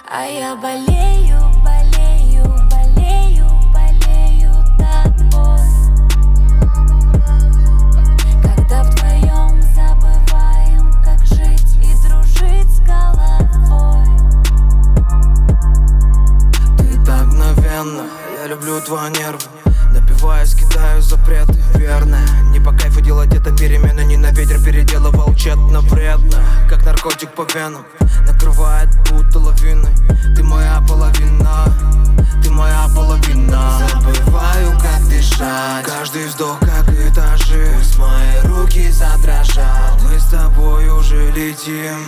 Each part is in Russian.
А я болею, болею, болею, болею тобой. Когда вдвоем забываем, как жить и дружить с головой. Ты так мгновенно, я люблю твои нервы. Напиваясь, кидаю запреты, верно. Не по кайфу делать это перемены. Не на ветер переделывал тщетно, вредно. Как наркотик по венам, накрывает будто лавиной. Ты моя половина, ты моя половина. Забываю, как дышать, каждый вздох как этажи. Пусть мои руки задрожат, мы с тобой уже летим.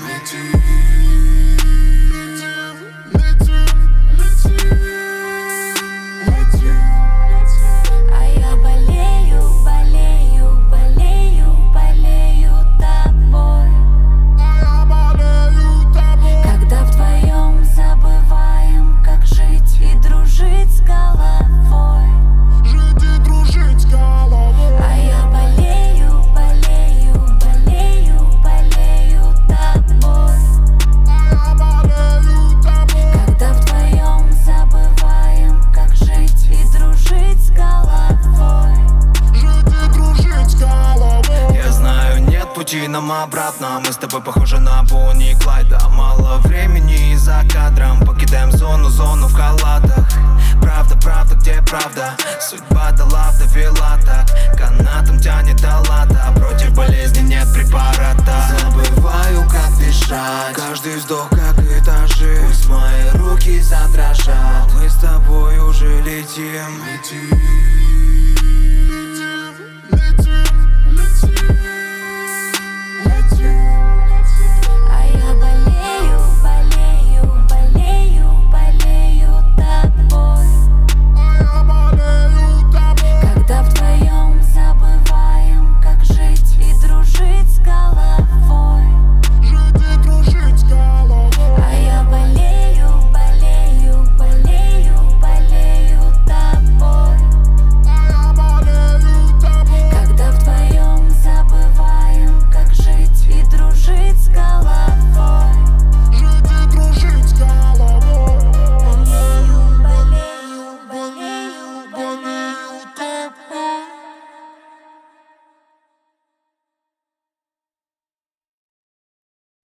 Нам обратно, мы с тобой похожи на Бонни и Клайда. Мало времени за кадром, покидаем зону в халатах. Правда, правда, где правда? Судьба дала, довела так. Канатом тянет до лата, против болезни нет препарата. Забываю, как дышать, каждый вздох как этажи. Пусть мои руки задрожат, мы с тобой уже летим.